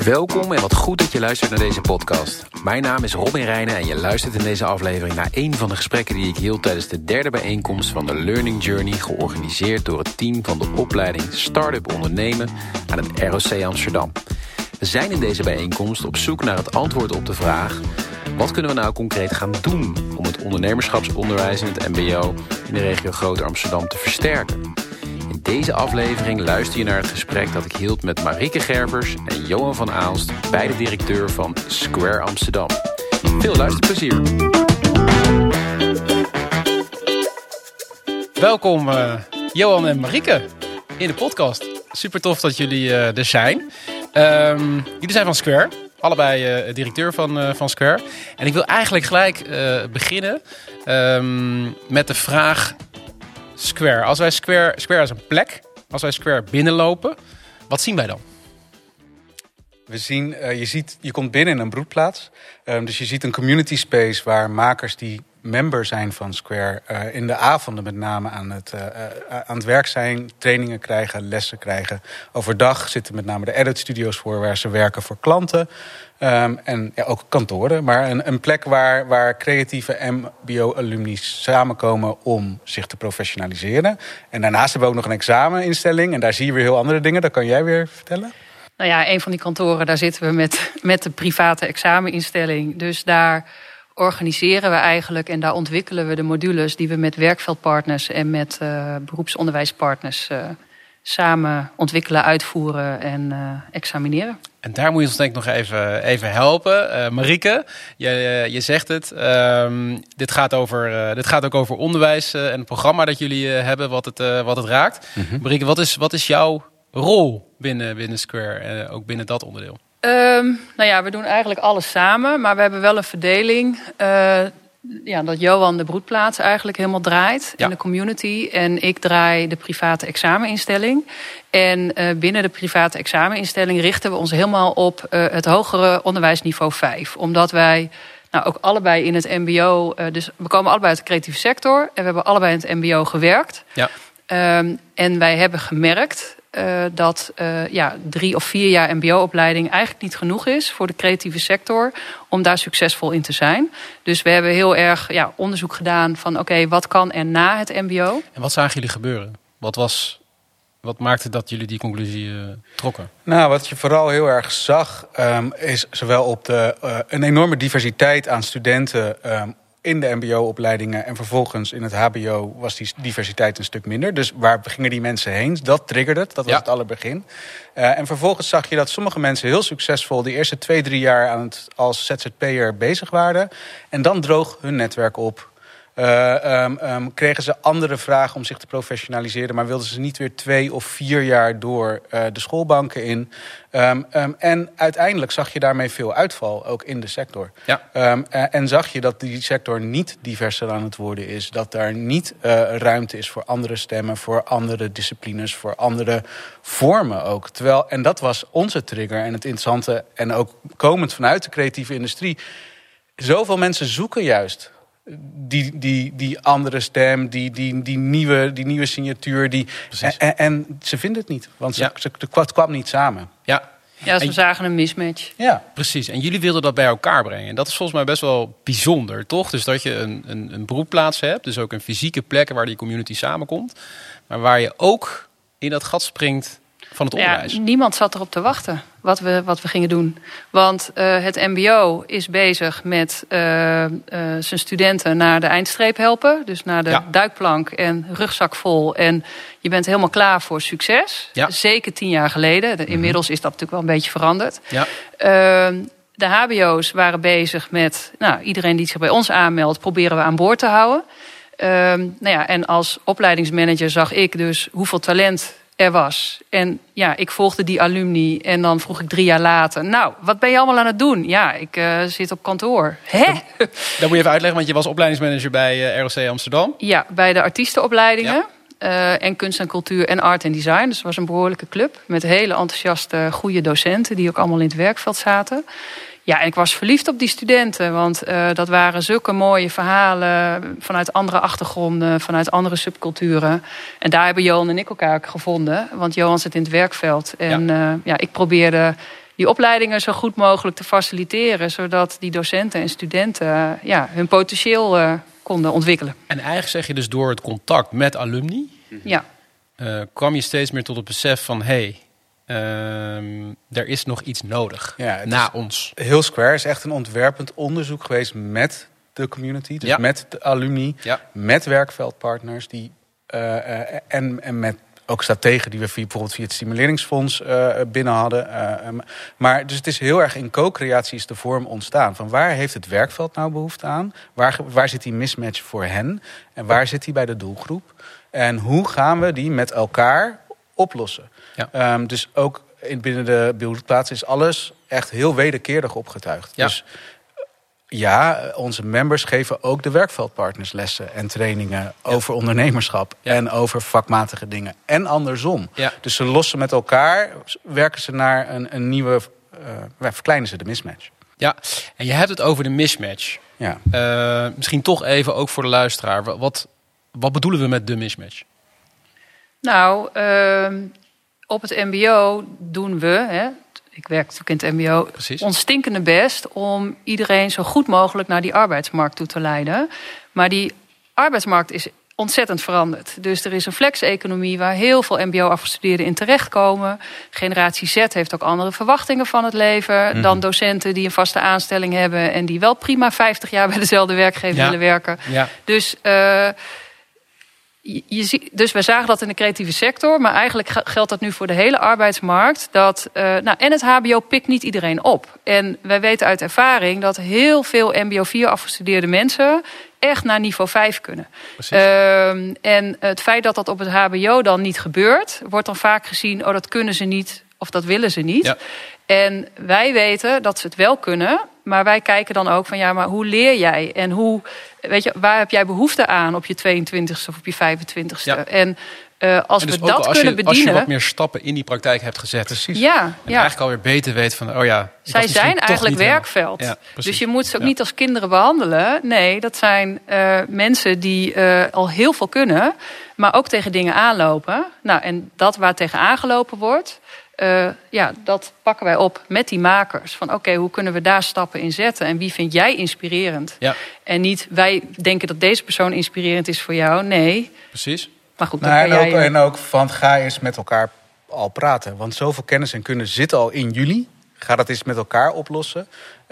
Welkom en wat goed dat je luistert naar deze podcast. Mijn naam is Robin Reijnen en je luistert in deze aflevering naar een van de gesprekken die ik hield tijdens de derde bijeenkomst van de Learning Journey, georganiseerd door het team van de opleiding Startup Ondernemen aan het ROC Amsterdam. We zijn in deze bijeenkomst op zoek naar het antwoord op de vraag: wat kunnen we nou concreet gaan doen om het ondernemerschapsonderwijs in het mbo in de regio Groot Amsterdam te versterken? In deze aflevering luister je naar het gesprek dat ik hield met Marieke Gervers en Johan van Aalst, beide directeur van Square Amsterdam. Veel luisterplezier. Welkom Johan en Marieke in de podcast. Super tof dat jullie er zijn. Jullie zijn van Square, allebei directeur van Square. En ik wil eigenlijk gelijk beginnen met de vraag: Square. Als wij Square is een plek. Als wij Square binnenlopen, wat zien wij dan? We zien, je komt binnen in een broedplaats. Dus je ziet een community space waar makers die member zijn van Square in de avonden met name aan het werk zijn, trainingen krijgen, lessen krijgen. Overdag zitten met name de edit studios voor waar ze werken voor klanten. En ja, ook kantoren, maar een plek waar creatieve mbo-alumni samenkomen om zich te professionaliseren. En daarnaast hebben we ook nog een exameninstelling en daar zie je weer heel andere dingen. Dat kan jij weer vertellen? Nou ja, een van die kantoren, daar zitten we met de private exameninstelling. Dus daar organiseren we eigenlijk en daar ontwikkelen we de modules die we met werkveldpartners en met beroepsonderwijspartners samen ontwikkelen, uitvoeren en examineren. En daar moet je ons denk ik nog even helpen. Marieke, je zegt het. Dit gaat ook over onderwijs en het programma dat jullie hebben wat het raakt. Mm-hmm. Marieke, wat is jouw rol binnen Square en ook binnen dat onderdeel? Nou ja, we doen eigenlijk alles samen, maar we hebben wel een verdeling. Dat Johan de broedplaats eigenlijk helemaal draait in de community. En ik draai de private exameninstelling. En binnen de private exameninstelling richten we ons helemaal op het hogere onderwijsniveau 5. Omdat wij ook allebei in het mbo, dus we komen allebei uit de creatieve sector. En we hebben allebei in het mbo gewerkt. Ja. En wij hebben gemerkt dat 3 of 4 jaar mbo-opleiding eigenlijk niet genoeg is voor de creatieve sector om daar succesvol in te zijn. Dus we hebben heel erg onderzoek gedaan van oké, wat kan er na het mbo? En wat zagen jullie gebeuren? Wat maakte dat jullie die conclusie trokken? Nou, wat je vooral heel erg zag is zowel op een enorme diversiteit aan studenten in de mbo-opleidingen en vervolgens in het hbo was die diversiteit een stuk minder. Dus waar gingen die mensen heen? Dat triggerde het. Dat was het allerbegin. En vervolgens zag je dat sommige mensen heel succesvol de eerste 2-3 jaar als ZZP'er bezig waren. En dan droog hun netwerk op. Kregen ze andere vragen om zich te professionaliseren, maar wilden ze niet weer 2 of 4 jaar door de schoolbanken in. En uiteindelijk zag je daarmee veel uitval, ook in de sector. Ja. En zag je dat die sector niet diverser aan het worden is. Dat daar niet ruimte is voor andere stemmen, voor andere disciplines, voor andere vormen ook. En dat was onze trigger en het interessante, en ook komend vanuit de creatieve industrie. Zoveel mensen zoeken juist die andere stem, die nieuwe signatuur. En ze vinden het niet, want het kwam niet samen. Ja, dus we zagen een mismatch. Ja, precies. En jullie wilden dat bij elkaar brengen. En dat is volgens mij best wel bijzonder, toch? Dus dat je een beroepplaats hebt, dus ook een fysieke plek waar die community samenkomt, maar waar je ook in dat gat springt van het onderwijs. Niemand zat erop te wachten wat we gingen doen. Want het mbo is bezig met zijn studenten naar de eindstreep helpen. Dus naar de duikplank en rugzak vol. En je bent helemaal klaar voor succes. Ja. Zeker 10 jaar geleden. Inmiddels is dat natuurlijk wel een beetje veranderd. Ja. De hbo's waren bezig met iedereen die zich bij ons aanmeldt, proberen we aan boord te houden. En als opleidingsmanager zag ik dus hoeveel talent er was. En ik volgde die alumni en dan vroeg ik 3 jaar later, wat ben je allemaal aan het doen? Ja, ik zit op kantoor. Hè? Dat moet je even uitleggen, want je was opleidingsmanager bij ROC Amsterdam. Ja, bij de artiestenopleidingen. En kunst en cultuur en art en design. Dus het was een behoorlijke club met hele enthousiaste, goede docenten die ook allemaal in het werkveld zaten. Ja, en ik was verliefd op die studenten, want dat waren zulke mooie verhalen vanuit andere achtergronden, vanuit andere subculturen. En daar hebben Johan en ik elkaar gevonden, want Johan zit in het werkveld. En ik probeerde die opleidingen zo goed mogelijk te faciliteren, zodat die docenten en studenten hun potentieel konden ontwikkelen. En eigenlijk zeg je dus door het contact met alumni, kwam je steeds meer tot het besef van er is nog iets nodig na ons. Heel Square is echt een ontwerpend onderzoek geweest met de community, dus met de alumni, met werkveldpartners en met ook strategen die we bijvoorbeeld via het Stimuleringsfonds binnen hadden. Maar dus het is heel erg in co-creatie is de vorm ontstaan. Van waar heeft het werkveld nou behoefte aan? Waar zit die mismatch voor hen? En waar zit die bij de doelgroep? En hoe gaan we die met elkaar oplossen? Ja. Dus ook binnen de beroepsplaats is alles echt heel wederkerig opgetuigd. Ja. Dus onze members geven ook de werkveldpartners lessen en trainingen over ondernemerschap en over vakmatige dingen. En andersom. Ja. Dus ze lossen met elkaar, werken ze naar een nieuwe, verkleinen ze de mismatch. Ja, en je hebt het over de mismatch. Ja. Misschien toch even ook voor de luisteraar. Wat bedoelen we met de mismatch? Nou, op het mbo doen we, ik werk natuurlijk in het mbo, ons stinkende best om iedereen zo goed mogelijk naar die arbeidsmarkt toe te leiden. Maar die arbeidsmarkt is ontzettend veranderd. Dus er is een flex-economie waar heel veel mbo-afgestudeerden in terechtkomen. Generatie Z heeft ook andere verwachtingen van het leven dan docenten die een vaste aanstelling hebben en die wel prima 50 jaar bij dezelfde werkgever willen werken. Ja. Dus dus wij zagen dat in de creatieve sector, maar eigenlijk geldt dat nu voor de hele arbeidsmarkt. En het HBO pikt niet iedereen op. En wij weten uit ervaring dat heel veel MBO 4 afgestudeerde mensen echt naar niveau 5 kunnen. En het feit dat dat op het HBO dan niet gebeurt, wordt dan vaak gezien, dat kunnen ze niet of dat willen ze niet. Ja. En wij weten dat ze het wel kunnen, maar wij kijken dan ook van maar hoe leer jij? En waar heb jij behoefte aan op je 22e of op je 25e? Ja. En als we dat kunnen bedienen. Als je wat meer stappen in die praktijk hebt gezet. Precies. Ja, en eigenlijk alweer beter weet van zij zijn eigenlijk werkveld. Ja, dus je moet ze ook niet als kinderen behandelen. Nee, dat zijn mensen die al heel veel kunnen, maar ook tegen dingen aanlopen. Nou, en dat waar tegen aangelopen wordt, dat pakken wij op met die makers. Van hoe kunnen we daar stappen in zetten? En wie vind jij inspirerend? Ja. En niet wij denken dat deze persoon inspirerend is voor jou. Nee. Precies. Maar goed, en ook van ga eens met elkaar al praten. Want zoveel kennis en kunde zit al in jullie. Ga dat eens met elkaar oplossen.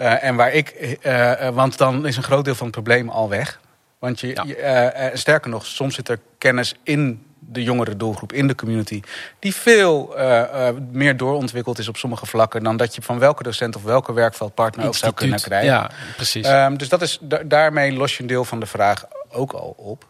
Want dan is een groot deel van het probleem al weg. Want sterker nog, soms zit er kennis in de jongere doelgroep, in de community, die veel meer doorontwikkeld is op sommige vlakken dan dat je van welke docent of welke werkveldpartner ook zou kunnen krijgen. Ja, precies. Dus daarmee los je een deel van de vraag ook al op.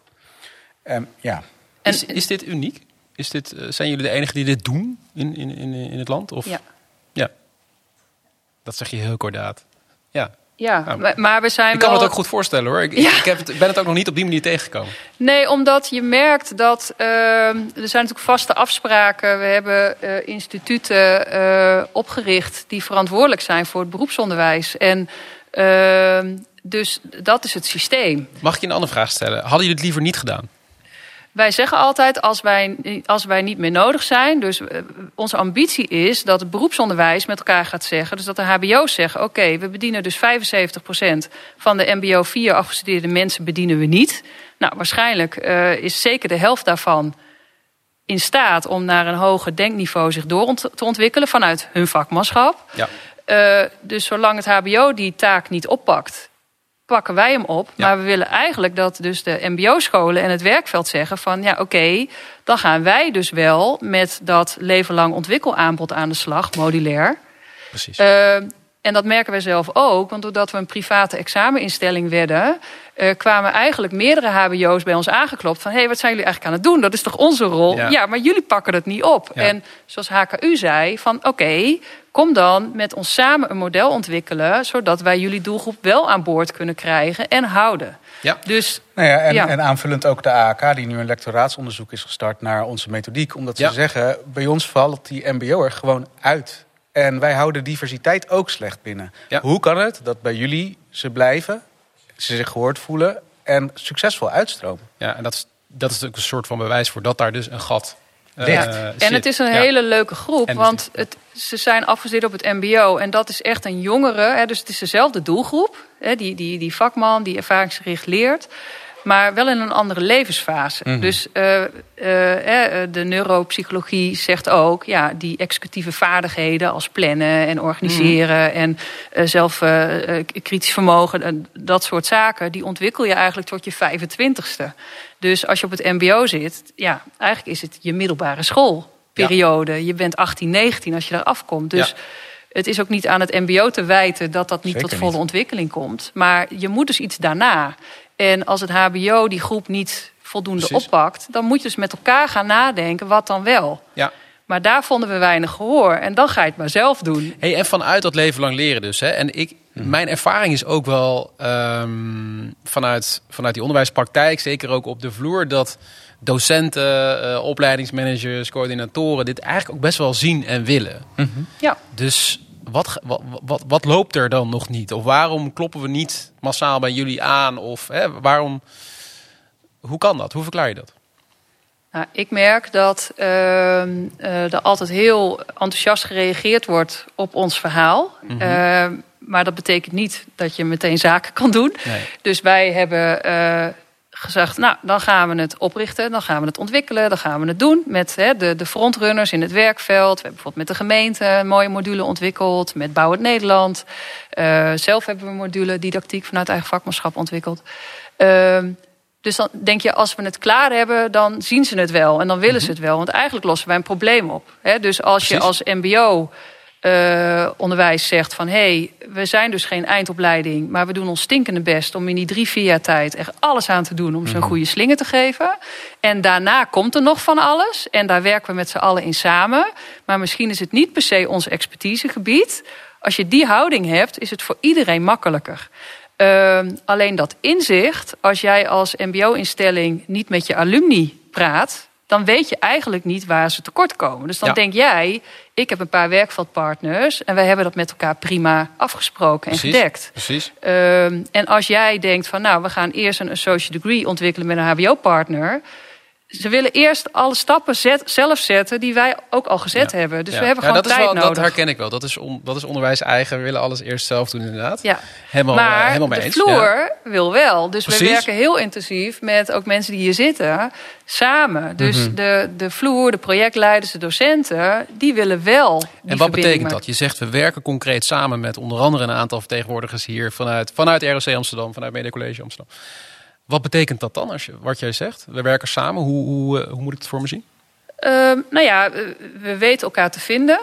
Is dit uniek? Zijn jullie de enigen die dit doen in het land? Of? Ja. Dat zeg je heel kordaat. Ja. Ja, maar we zijn ik kan me het ook goed voorstellen hoor. Ik ben het ook nog niet op die manier tegengekomen. Nee, omdat je merkt dat er zijn natuurlijk vaste afspraken. We hebben instituten opgericht die verantwoordelijk zijn voor het beroepsonderwijs. En dus dat is het systeem. Mag ik je een andere vraag stellen? Hadden jullie het liever niet gedaan? Wij zeggen altijd, als wij niet meer nodig zijn, dus onze ambitie is dat het beroepsonderwijs met elkaar gaat zeggen, dus dat de hbo's zeggen, we bedienen dus 75% van de mbo 4 afgestudeerde mensen bedienen we niet. Nou, waarschijnlijk is zeker de helft daarvan in staat om naar een hoger denkniveau zich door te ontwikkelen vanuit hun vakmanschap. Ja. Dus zolang het hbo die taak niet oppakt, pakken wij hem op. Ja. Maar we willen eigenlijk dat dus de mbo-scholen en het werkveld zeggen van dan gaan wij dus wel met dat levenlang ontwikkelaanbod aan de slag, modulair. Precies. En dat merken wij zelf ook, want doordat we een private exameninstelling werden, kwamen eigenlijk meerdere hbo's bij ons aangeklopt van wat zijn jullie eigenlijk aan het doen? Dat is toch onze rol? Ja, maar jullie pakken het niet op. Ja. En zoals HKU zei van kom dan met ons samen een model ontwikkelen, zodat wij jullie doelgroep wel aan boord kunnen krijgen en houden. Ja. Dus, en aanvullend ook de AAK, die nu een lectoraatsonderzoek is gestart naar onze methodiek. Omdat ze zeggen, bij ons valt die mbo'er gewoon uit. En wij houden diversiteit ook slecht binnen. Ja. Hoe kan het dat bij jullie ze blijven, ze zich gehoord voelen en succesvol uitstromen? Ja, en dat is ook een soort van bewijs voor dat daar dus een gat En het is een hele leuke groep, want ze zijn afgestudeerd op het mbo. En dat is echt een jongere, dus het is dezelfde doelgroep. Die vakman, die ervaringsgericht leert. Maar wel in een andere levensfase. Mm-hmm. Dus de neuropsychologie zegt ook, die executieve vaardigheden als plannen en organiseren en zelf kritisch vermogen, dat soort zaken, die ontwikkel je eigenlijk tot je 25ste. Dus als je op het mbo zit, eigenlijk is het je middelbare schoolperiode. Ja. Je bent 18, 19 als je daar afkomt. Dus het is ook niet aan het mbo te wijten dat niet tot volle ontwikkeling komt. Maar je moet dus iets daarna. En als het hbo die groep niet voldoende oppakt, dan moet je dus met elkaar gaan nadenken, wat dan wel? Ja. Maar daar vonden we weinig gehoor. En dan ga je het maar zelf doen. Hey, en vanuit dat leven lang leren dus. Hè? En mijn ervaring is ook wel vanuit die onderwijspraktijk, zeker ook op de vloer, dat docenten, opleidingsmanagers, coördinatoren dit eigenlijk ook best wel zien en willen. Mm-hmm. Ja. Dus wat loopt er dan nog niet? Of waarom kloppen we niet massaal bij jullie aan? Of hoe kan dat? Hoe verklaar je dat? Nou, ik merk dat er altijd heel enthousiast gereageerd wordt op ons verhaal. Mm-hmm. Maar dat betekent niet dat je meteen zaken kan doen. Nee. Dus wij hebben gezegd, dan gaan we het oprichten, dan gaan we het ontwikkelen, dan gaan we het doen met de frontrunners in het werkveld. We hebben bijvoorbeeld met de gemeente een mooie module ontwikkeld, met Bouw het Nederland. Zelf hebben we een module didactiek vanuit eigen vakmanschap ontwikkeld. Dus dan denk je, als we het klaar hebben, dan zien ze het wel en dan willen ze het wel. Want eigenlijk lossen wij een probleem op. Dus als je als mbo onderwijs zegt van we zijn dus geen eindopleiding, maar we doen ons stinkende best om in die 3-4 jaar tijd echt alles aan te doen om ze een goede slinger te geven. En daarna komt er nog van alles en daar werken we met z'n allen in samen. Maar misschien is het niet per se ons expertisegebied. Als je die houding hebt, is het voor iedereen makkelijker. Alleen dat inzicht, als jij als mbo-instelling niet met je alumni praat, dan weet je eigenlijk niet waar ze tekort komen. Dus dan denk jij, ik heb een paar werkveldpartners en wij hebben dat met elkaar prima afgesproken en gedekt. Precies. En als jij denkt van we gaan eerst een associate degree ontwikkelen met een hbo-partner. Ze willen eerst alle stappen zelf zetten die wij ook al gezet hebben. Dus we hebben gewoon tijd nodig. Dat herken ik wel. Dat is onderwijs eigen. We willen alles eerst zelf doen inderdaad. Ja. Helemaal mee eens. De vloer wil wel. Dus we werken heel intensief met ook mensen die hier zitten samen. Dus de vloer, de projectleiders, de docenten, die willen wel. En wat betekent dat? Je zegt we werken concreet samen met onder andere een aantal vertegenwoordigers hier vanuit ROC Amsterdam, vanuit Media College Amsterdam. Wat betekent dat dan, wat jij zegt? We werken samen. Hoe moet ik het voor me zien? We weten elkaar te vinden.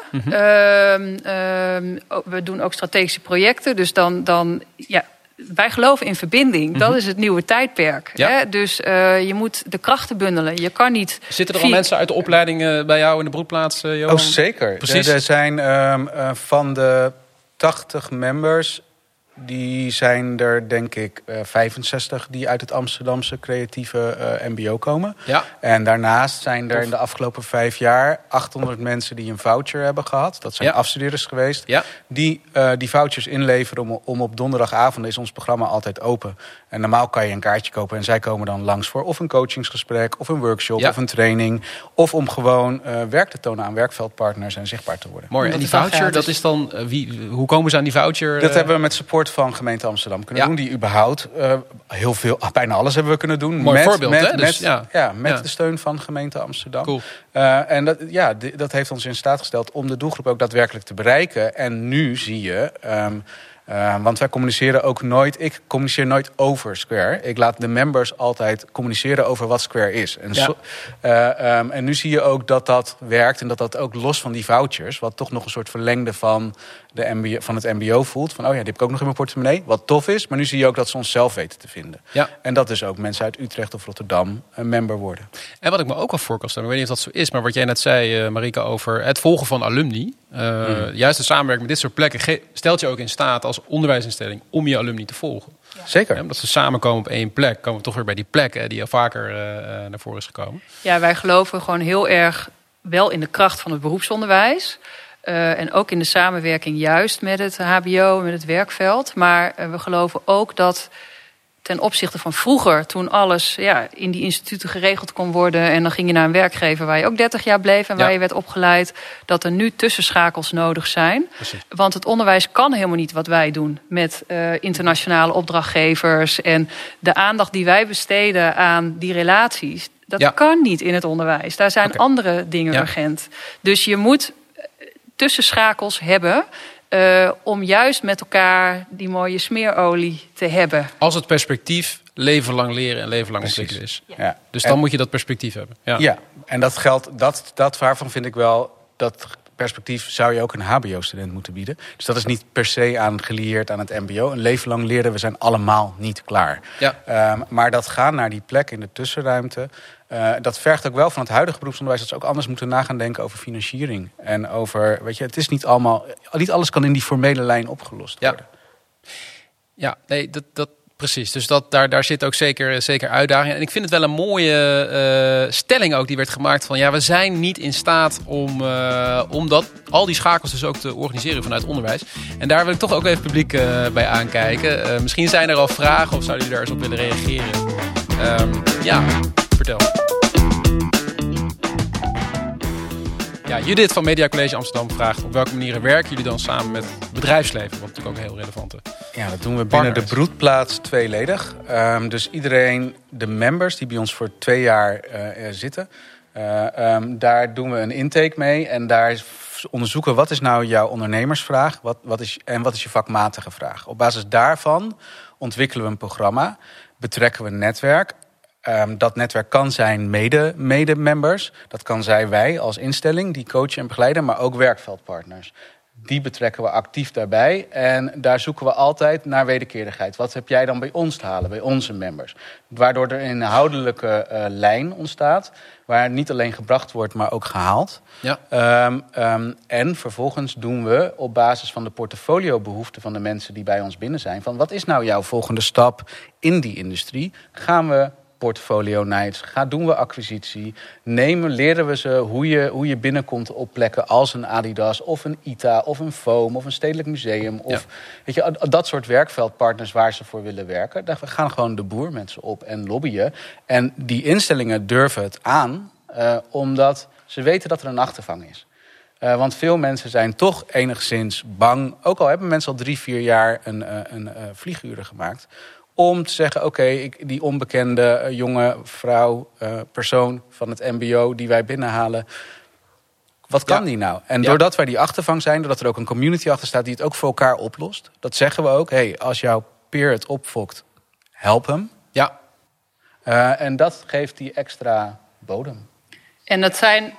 We doen ook strategische projecten. Dus wij geloven in verbinding. Dat is het nieuwe tijdperk. Ja. Hè? Dus je moet de krachten bundelen. Je kan niet. Zitten er al mensen uit de opleiding bij jou in de broedplaats, Johan? Oh, zeker. Precies. Er zijn van de 80 members, die zijn er denk ik 65 die uit het Amsterdamse creatieve mbo komen. Ja. En daarnaast zijn er in de afgelopen 5 jaar 800 mensen die een voucher hebben gehad. Dat zijn afstudeerders geweest. Ja. Die vouchers inleveren om op donderdagavond is ons programma altijd open. En normaal kan je een kaartje kopen en zij komen dan langs voor of een coachingsgesprek of een workshop of een training. Of om gewoon werk te tonen aan werkveldpartners en zichtbaar te worden. Mooi. En die voucher, dat is dan hoe komen ze aan die voucher? Dat hebben we met support van gemeente Amsterdam kunnen doen. Die überhaupt heel veel, bijna alles hebben we kunnen doen. Mooi voorbeeld, hè? Met de steun van gemeente Amsterdam. Cool. En dat heeft ons in staat gesteld om de doelgroep ook daadwerkelijk te bereiken. En nu zie je, want wij communiceren ook nooit. Ik communiceer nooit over Square. Ik laat de members altijd communiceren over wat Square is. En nu zie je ook dat werkt en dat ook los van die vouchers, wat toch nog een soort verlengde van het mbo voelt. Van, die heb ik ook nog in mijn portemonnee. Wat tof is. Maar nu zie je ook dat ze ons zelf weten te vinden. Ja. En dat dus ook mensen uit Utrecht of Rotterdam een member worden. En wat ik me ook al voor kan stellen, ik weet niet of dat zo is, maar wat jij net zei, Marika, over het volgen van alumni. Juist de samenwerking met dit soort plekken stelt je ook in staat als onderwijsinstelling om je alumni te volgen. Ja. Zeker. Omdat ze samenkomen op één plek, komen we toch weer bij die plek die al vaker naar voren is gekomen. Ja, wij geloven gewoon heel erg wel in de kracht van het beroepsonderwijs. En ook in de samenwerking juist met het hbo, met het werkveld. Maar we geloven ook dat ten opzichte van vroeger, toen alles in die instituten geregeld kon worden. En dan ging je naar een werkgever waar je ook 30 jaar bleef en waar je werd opgeleid. Dat er nu tussenschakels nodig zijn. Precies. Want het onderwijs kan helemaal niet wat wij doen met internationale opdrachtgevers. En de aandacht die wij besteden aan die relaties, dat kan niet in het onderwijs. Daar zijn andere dingen urgent. Dus je moet tussenschakels hebben om juist met elkaar die mooie smeerolie te hebben. Als het perspectief leven lang leren en leven lang ontwikkelen is. Ja. Dus dan moet je dat perspectief hebben. Ja, en dat geldt, dat waarvan vind ik wel, dat perspectief zou je ook een hbo-student moeten bieden. Dus dat is niet per se gelieerd aan het mbo. Een leven lang leren, we zijn allemaal niet klaar. Ja. Maar dat gaan naar die plek in de tussenruimte, dat vergt ook wel van het huidige beroepsonderwijs dat ze ook anders moeten nagaan denken over financiering. En over, het is niet alles kan in die formele lijn opgelost worden. Ja, nee, dat precies. Dus daar zit ook zeker uitdaging. En ik vind het wel een mooie stelling ook die werd gemaakt van we zijn niet in staat om al die schakels dus ook te organiseren vanuit onderwijs. En daar wil ik toch ook even publiek bij aankijken. Misschien zijn er al vragen of zouden jullie daar eens op willen reageren? Vertel. Ja, Judith van Media College Amsterdam vraagt op welke manieren werken jullie dan samen met het bedrijfsleven? Wat natuurlijk ook een heel relevante. Ja, dat doen we binnen de broedplaats tweeledig. Dus iedereen, de members die bij ons voor 2 jaar zitten, daar doen we een intake mee. En daar onderzoeken wat is nou jouw ondernemersvraag wat is je vakmatige vraag. Op basis daarvan ontwikkelen we een programma, betrekken we een netwerk. Dat netwerk kan zijn mede-members. Dat kan zijn wij als instelling, die coachen en begeleiden, maar ook werkveldpartners. Die betrekken we actief daarbij. En daar zoeken we altijd naar wederkerigheid. Wat heb jij dan bij ons te halen, bij onze members? Waardoor er een inhoudelijke lijn ontstaat, waar niet alleen gebracht wordt, maar ook gehaald. Ja. En vervolgens doen we op basis van de portfoliobehoeften van de mensen die bij ons binnen zijn, van wat is nou jouw volgende stap in die industrie? Gaan we portfolio nights, doen we acquisitie, leren we ze hoe je binnenkomt op plekken als een Adidas of een ITA of een Foam of een stedelijk museum of dat soort werkveldpartners waar ze voor willen werken. Daar gaan gewoon de boer met ze op en lobbyen. En die instellingen durven het aan, omdat ze weten dat er een achtervang is. Want veel mensen zijn toch enigszins bang, ook al hebben mensen al 3-4 jaar een vlieguren gemaakt, om te zeggen, die onbekende jonge vrouw, persoon van het mbo die wij binnenhalen, wat kan die nou? En doordat wij die achtervang zijn, doordat er ook een community achter staat die het ook voor elkaar oplost, dat zeggen we ook, als jouw peer het opfokt, help hem. Ja. En dat geeft die extra bodem. En dat zijn...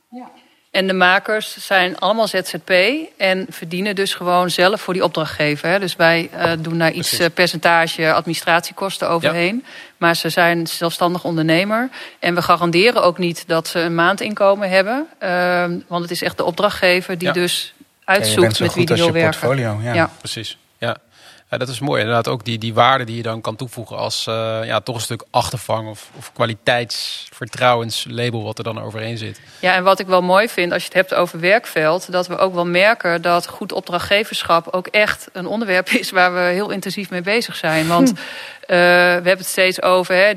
En de makers zijn allemaal ZZP en verdienen dus gewoon zelf voor die opdrachtgever. Hè. Dus wij doen daar iets percentage administratiekosten overheen. Ja. Maar ze zijn zelfstandig ondernemer. En we garanderen ook niet dat ze een maandinkomen hebben. Want het is echt de opdrachtgever die dus uitzoekt met wie die wil werken. Portfolio, ja. Precies. Ja. Ja, dat is mooi. Inderdaad ook die waarde die je dan kan toevoegen als toch een stuk achtervang of kwaliteitsvertrouwenslabel wat er dan overheen zit. Ja, en wat ik wel mooi vind als je het hebt over werkveld, dat we ook wel merken dat goed opdrachtgeverschap ook echt een onderwerp is waar we heel intensief mee bezig zijn. Want we hebben het steeds over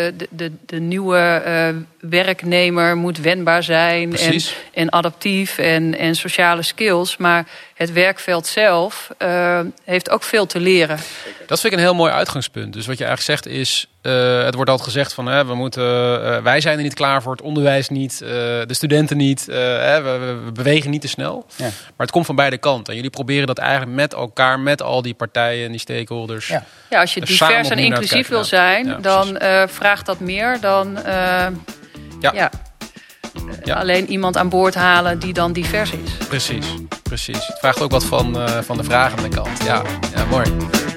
de nieuwe werknemer moet wendbaar zijn en adaptief en sociale skills. Maar het werkveld zelf heeft ook veel te leren. Dat vind ik een heel mooi uitgangspunt. Dus wat je eigenlijk zegt is, het wordt altijd gezegd van wij zijn er niet klaar voor, het onderwijs niet, de studenten niet, we bewegen niet te snel. Ja. Maar het komt van beide kanten. En jullie proberen dat eigenlijk met elkaar, met al die partijen en die stakeholders. Ja, als je divers en inclusief wil zijn, dan vraagt dat meer dan alleen iemand aan boord halen die dan divers is. Precies. Het vraagt ook wat van de vragende kant. Ja, mooi.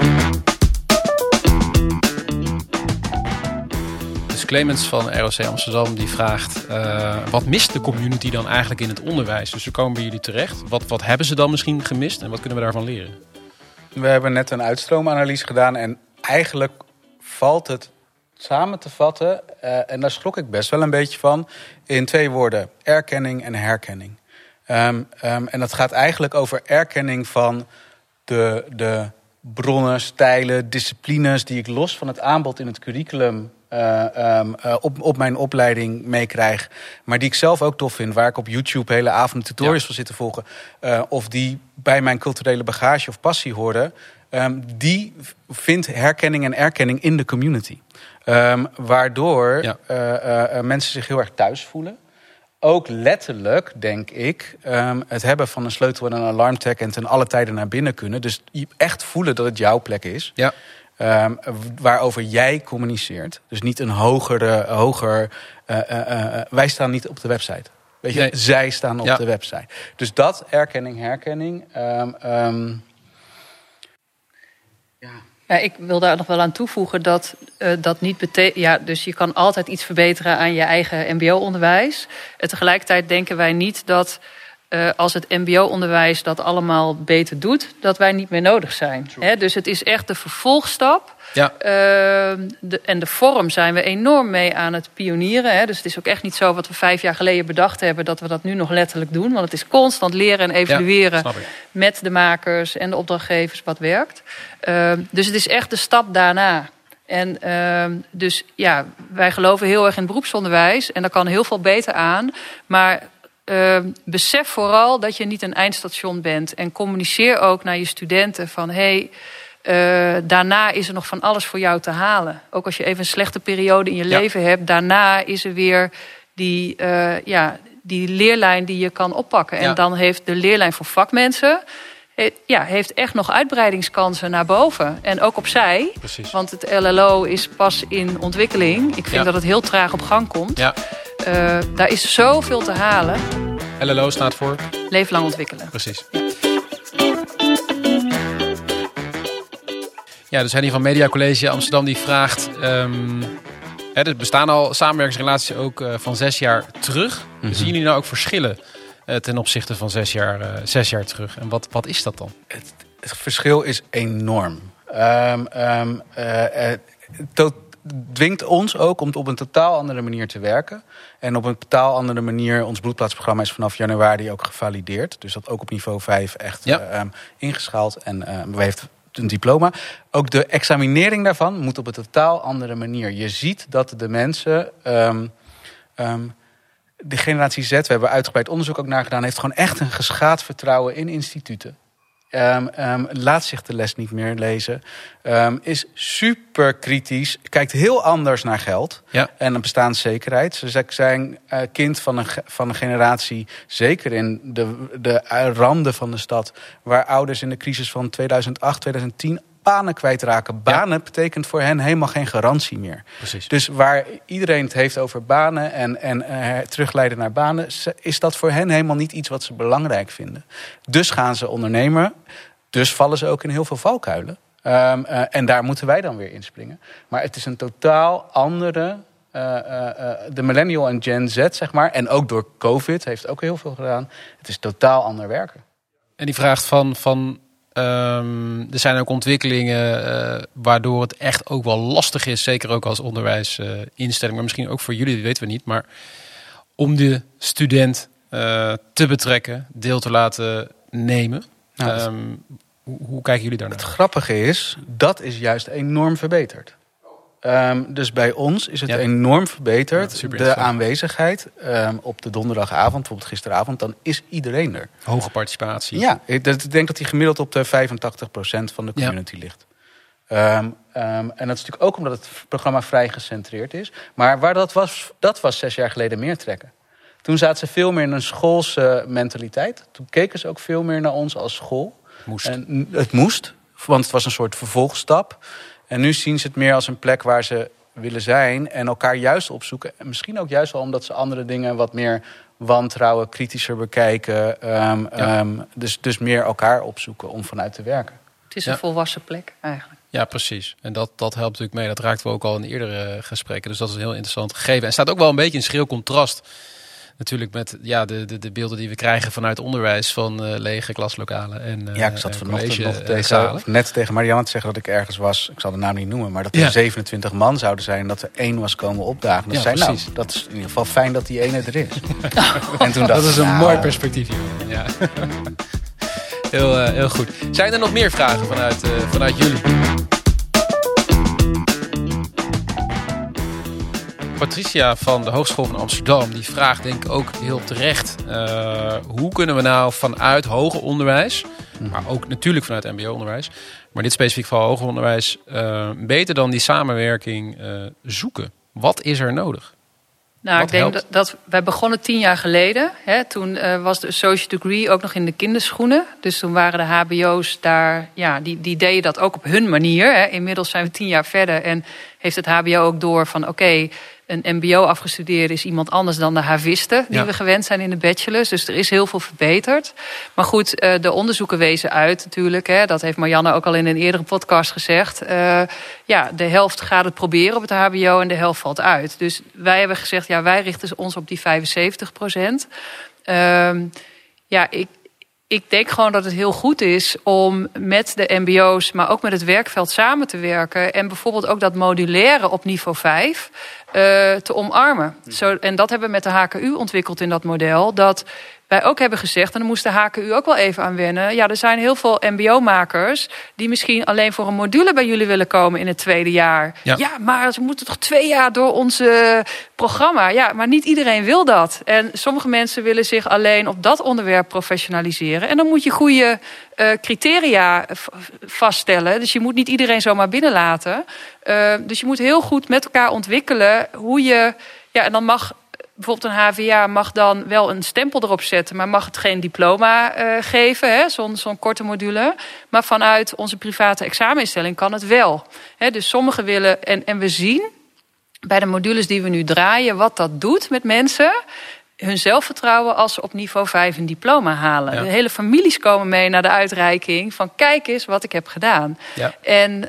Dus Clemens van ROC Amsterdam die vraagt, wat mist de community dan eigenlijk in het onderwijs? Dus we komen bij jullie terecht. Wat hebben ze dan misschien gemist en wat kunnen we daarvan leren? We hebben net een uitstroomanalyse gedaan en eigenlijk valt het samen te vatten, en daar schrok ik best wel een beetje van, in 2 woorden: erkenning en herkenning. En dat gaat eigenlijk over erkenning van de bronnen, stijlen, disciplines die ik los van het aanbod in het curriculum op mijn opleiding meekrijg, maar die ik zelf ook tof vind, waar ik op YouTube hele avonden tutorials van zit te volgen, of die bij mijn culturele bagage of passie horen, die vindt herkenning en erkenning in de community. Waardoor mensen zich heel erg thuis voelen. Ook letterlijk, denk ik, het hebben van een sleutel en een alarmtag en ten alle tijden naar binnen kunnen. Dus echt voelen dat het jouw plek is. Ja. Waarover jij communiceert. Dus niet een hoger... wij staan niet op de website. Weet je, nee. Zij staan op de website. Dus dat, herkenning. Ja, ik wil daar nog wel aan toevoegen dat dat niet betekent. Ja, dus je kan altijd iets verbeteren aan je eigen mbo-onderwijs. Tegelijkertijd denken wij niet dat als het mbo-onderwijs dat allemaal beter doet, dat wij niet meer nodig zijn. Dus het is echt de vervolgstap. Ja. En de vorm zijn we enorm mee aan het pionieren. Dus het is ook echt niet zo wat we 5 jaar geleden bedacht hebben, dat we dat nu nog letterlijk doen. Want het is constant leren en evalueren met de makers en de opdrachtgevers wat werkt. Dus het is echt de stap daarna. En dus ja, wij geloven heel erg in het beroepsonderwijs. En daar kan heel veel beter aan. Maar besef vooral dat je niet een eindstation bent. En communiceer ook naar je studenten van daarna is er nog van alles voor jou te halen. Ook als je even een slechte periode in je leven hebt, daarna is er weer die leerlijn die je kan oppakken. En dan heeft de leerlijn voor vakmensen heeft echt nog uitbreidingskansen naar boven. En ook opzij. Precies. Want het LLO is pas in ontwikkeling. Ik vind dat het heel traag op gang komt. Ja. Daar is zoveel te halen. LLO staat voor? Leven lang ontwikkelen. Precies. Ja, dus Henny van Media College Amsterdam die vraagt... er bestaan al samenwerkingsrelaties ook van 6 jaar terug. Mm-hmm. Zien jullie nou ook verschillen ten opzichte van 6 jaar terug? En wat is dat dan? Het verschil is enorm. Dwingt ons ook om op een totaal andere manier te werken. En op een totaal andere manier... Ons bloedplaatsprogramma is vanaf januari ook gevalideerd. Dus dat ook op niveau 5 echt ingeschaald. En we heeft een diploma. Ook de examinering daarvan moet op een totaal andere manier. Je ziet dat de mensen... de generatie Z, we hebben uitgebreid onderzoek ook naar gedaan... heeft gewoon echt een geschaad vertrouwen in instituten. Laat zich de les niet meer lezen. Is super kritisch. Kijkt heel anders naar geld. Ja. En een bestaanszekerheid. Ze zijn kind van een generatie... zeker in de randen van de stad... waar ouders in de crisis van 2008, 2010... banen kwijtraken. Banen betekent voor hen helemaal geen garantie meer. Precies. Dus waar iedereen het heeft over banen en terugleiden naar banen... is dat voor hen helemaal niet iets wat ze belangrijk vinden. Dus gaan ze ondernemen. Dus vallen ze ook in heel veel valkuilen. En daar moeten wij dan weer inspringen. Maar het is een totaal andere... de millennial en Gen Z, zeg maar... en ook door COVID heeft ook heel veel gedaan. Het is totaal ander werken. En die vraagt van er zijn ook ontwikkelingen waardoor het echt ook wel lastig is, zeker ook als onderwijsinstelling, maar misschien ook voor jullie, dat weten we niet, maar om de student te betrekken, deel te laten nemen. Nou, hoe kijken jullie daarnaar? Het grappige is, dat is juist enorm verbeterd. Dus bij ons is het enorm verbeterd. Ja, de aanwezigheid op de donderdagavond, bijvoorbeeld gisteravond, dan is iedereen er. Hoge participatie. Ja, ik denk dat die gemiddeld op de 85% van de community ligt. En dat is natuurlijk ook omdat het programma vrij gecentreerd is. Maar waar dat was 6 jaar geleden meer trekken. Toen zaten ze veel meer in een schoolse mentaliteit. Toen keken ze ook veel meer naar ons als school. Het moest, want het was een soort vervolgstap. En nu zien ze het meer als een plek waar ze willen zijn en elkaar juist opzoeken. En misschien ook juist wel omdat ze andere dingen wat meer wantrouwen, kritischer bekijken. Dus meer elkaar opzoeken om vanuit te werken. Het is een volwassen plek eigenlijk. Ja, precies. En dat helpt natuurlijk mee. Dat raakten we ook al in eerdere gesprekken. Dus dat is een heel interessant gegeven. En staat ook wel een beetje in schril contrast natuurlijk met de beelden die we krijgen vanuit onderwijs van lege klaslokalen. En, ik zat vanochtend net tegen Marianne te zeggen dat ik ergens was. Ik zal de naam niet noemen, maar dat er 27 man zouden zijn. Dat er 1 was komen opdagen. Dus dat is in ieder geval fijn dat die ene er is. En toen dat is een mooi perspectief. Ja. Heel goed. Zijn er nog meer vragen vanuit jullie? Patricia van de Hogeschool van Amsterdam die vraagt denk ik ook heel terecht. Hoe kunnen we nou vanuit hoger onderwijs, maar ook natuurlijk vanuit mbo-onderwijs, maar dit specifiek voor hoger onderwijs, beter dan die samenwerking zoeken? Wat is er nodig? Nou, ik denk dat wij begonnen 10 jaar geleden. Hè, toen was de associate degree ook nog in de kinderschoenen. Dus toen waren de hbo's daar, die deden dat ook op hun manier. Hè. Inmiddels zijn we 10 jaar verder en heeft het hbo ook door van oké, een mbo afgestudeerde is iemand anders dan de havisten die we gewend zijn in de bachelors. Dus er is heel veel verbeterd. Maar goed, de onderzoeken wezen uit natuurlijk. Hè, dat heeft Marianne ook al in een eerdere podcast gezegd. De helft gaat het proberen op het hbo en de helft valt uit. Dus wij hebben gezegd, wij richten ons op die 75%. Ik denk gewoon dat het heel goed is om met de mbo's, maar ook met het werkveld samen te werken. En bijvoorbeeld ook dat modulaire op niveau 5 te omarmen. En dat hebben we met de HKU ontwikkeld in dat model. Dat wij ook hebben gezegd, en daar moest de HKU ook wel even aan wennen. Ja, er zijn heel veel mbo-makers die misschien alleen voor een module bij jullie willen komen in het 2e jaar. Ja, maar ze moeten toch 2 jaar door ons programma. Ja, maar niet iedereen wil dat. En sommige mensen willen zich alleen op dat onderwerp professionaliseren. En dan moet je goede criteria vaststellen. Dus je moet niet iedereen zomaar binnenlaten. Dus je moet heel goed met elkaar ontwikkelen hoe je... Ja, en dan mag bijvoorbeeld een HVA mag dan wel een stempel erop zetten, maar mag het geen diploma geven, hè, zo'n korte module. Maar vanuit onze private exameninstelling kan het wel. Hè, dus sommigen willen, en we zien bij de modules die we nu draaien, wat dat doet met mensen, hun zelfvertrouwen als ze op niveau 5 een diploma halen. Ja. De hele families komen mee naar de uitreiking van kijk eens wat ik heb gedaan. Ja. En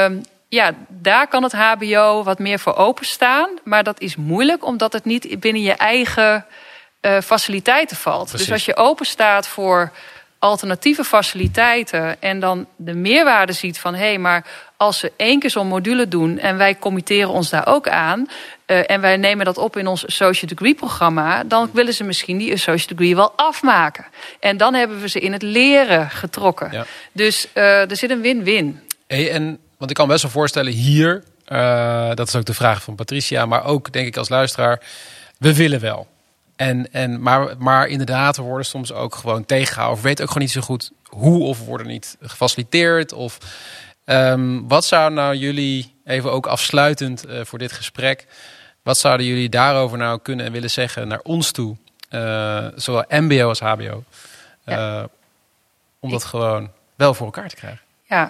daar kan het hbo wat meer voor openstaan. Maar dat is moeilijk, omdat het niet binnen je eigen faciliteiten valt. Precies. Dus als je openstaat voor alternatieve faciliteiten en dan de meerwaarde ziet van maar als ze 1 keer zo'n module doen en wij committeren ons daar ook aan en wij nemen dat op in ons associate degree programma, dan willen ze misschien die associate degree wel afmaken. En dan hebben we ze in het leren getrokken. Ja. Dus er zit een win-win. Want ik kan me best wel voorstellen hier, dat is ook de vraag van Patricia, maar ook denk ik als luisteraar, we willen wel. Maar inderdaad, we worden soms ook gewoon tegengehouden. We weten ook gewoon niet zo goed hoe of we worden niet gefaciliteerd. Of wat zou nou jullie, even ook afsluitend voor dit gesprek, wat zouden jullie daarover nou kunnen en willen zeggen naar ons toe? Zowel mbo als hbo. Om dat gewoon wel voor elkaar te krijgen.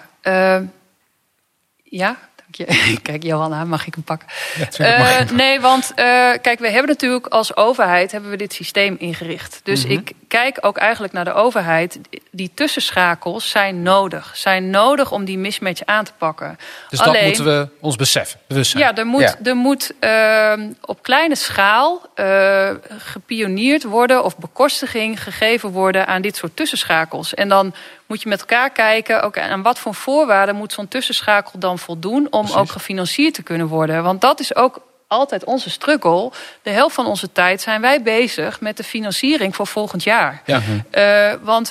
Ja, dank je. Kijk, Johanna, mag ik hem pakken? Ja, nee, want kijk, we hebben natuurlijk als overheid dit systeem ingericht. Dus ik kijk ook eigenlijk naar de overheid. Die tussenschakels zijn nodig. Zijn nodig om die mismatch aan te pakken. Dus dat moeten we ons beseffen, bewust zijn. Ja, er moet op kleine schaal gepioneerd worden of bekostiging gegeven worden aan dit soort tussenschakels. En dan moet je met elkaar kijken, aan wat voor voorwaarden moet zo'n tussenschakel dan voldoen om ook gefinancierd te kunnen worden. Want dat is ook altijd onze struggle. De helft van onze tijd zijn wij bezig met de financiering voor volgend jaar. Ja. Want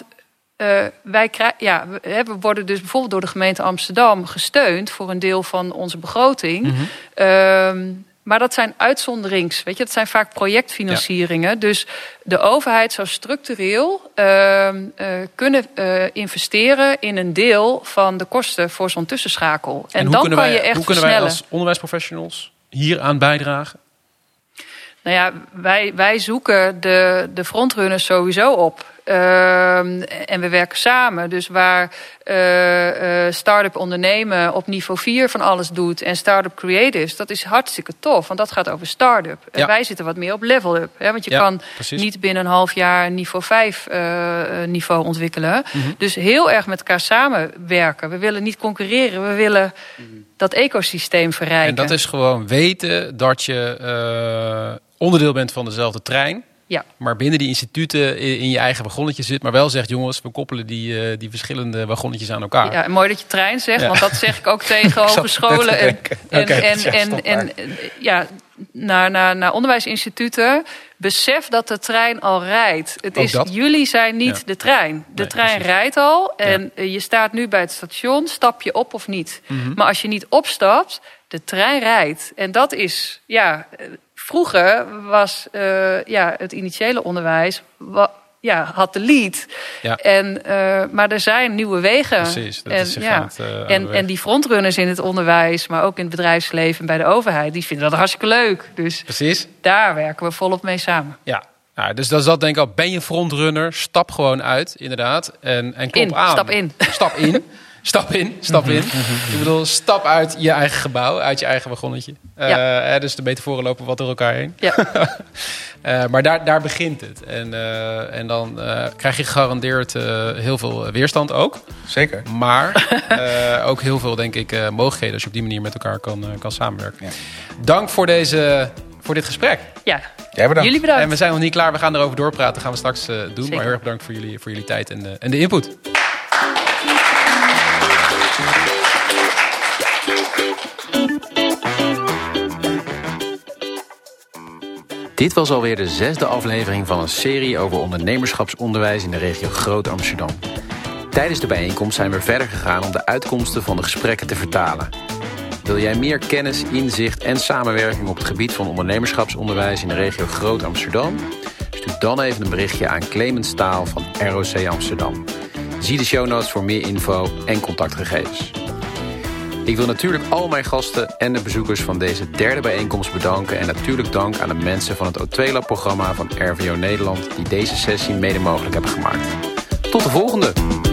we worden dus bijvoorbeeld door de gemeente Amsterdam gesteund voor een deel van onze begroting. Maar dat zijn uitzonderings, dat zijn vaak projectfinancieringen. Ja. Dus de overheid zou structureel kunnen investeren in een deel van de kosten voor zo'n tussenschakel. En dan kan je echt hoe kunnen wij als onderwijsprofessionals hieraan bijdragen? Nou ja, wij zoeken de frontrunners sowieso op. En we werken samen. Dus waar start-up ondernemen op niveau 4 van alles doet en start-up creatives, dat is hartstikke tof. Want dat gaat over start-up. Ja. En wij zitten wat meer op level-up. Hè? Want je kan niet binnen een half jaar een niveau 5 niveau ontwikkelen. Dus heel erg met elkaar samenwerken. We willen niet concurreren. We willen dat ecosysteem verrijken. En dat is gewoon weten dat je onderdeel bent van dezelfde trein. Ja. Maar binnen die instituten in je eigen wagonnetje zit. Maar wel zegt, jongens, we koppelen die verschillende wagonnetjes aan elkaar. Ja, mooi dat je trein zegt. Ja. Want dat zeg ik ook tegen hogescholen. naar onderwijsinstituten. Besef dat de trein al rijdt. Jullie zijn niet de trein. De trein precies. Rijdt al. En je staat nu bij het station. Stap je op of niet? Mm-hmm. Maar als je niet opstapt, de trein rijdt. En dat is, vroeger was het initiële onderwijs had de lead. Ja. Maar er zijn nieuwe wegen. Precies. En die frontrunners in het onderwijs, maar ook in het bedrijfsleven en bij de overheid, die vinden dat hartstikke leuk. Dus precies. Daar werken we volop mee samen. Ja. Nou, dus dat is dat denk ik al. Ben je frontrunner? Stap gewoon uit, inderdaad. En klop aan. Stap in. Stap in. Ik bedoel, stap uit je eigen gebouw, uit je eigen wagonnetje. Dus de metaforen lopen wat door elkaar heen. Ja. Maar daar begint het. En dan krijg je gegarandeerd heel veel weerstand ook. Zeker. Maar ook heel veel, denk ik, mogelijkheden als je op die manier met elkaar kan samenwerken. Ja. Dank voor dit gesprek. Ja, jij bedankt. Jullie bedankt. En we zijn nog niet klaar, we gaan erover doorpraten. Dat gaan we straks doen. Zeker. Maar heel erg bedankt voor jullie tijd en de input. Dit was alweer de 6e aflevering van een serie over ondernemerschapsonderwijs in de regio Groot Amsterdam. Tijdens de bijeenkomst zijn we verder gegaan om de uitkomsten van de gesprekken te vertalen. Wil jij meer kennis, inzicht en samenwerking op het gebied van ondernemerschapsonderwijs in de regio Groot Amsterdam? Stuur dan even een berichtje aan Clemens Staal van ROC Amsterdam. Zie de show notes voor meer info en contactgegevens. Ik wil natuurlijk al mijn gasten en de bezoekers van deze 3e bijeenkomst bedanken. En natuurlijk dank aan de mensen van het O2-lab-programma van RVO Nederland die deze sessie mede mogelijk hebben gemaakt. Tot de volgende!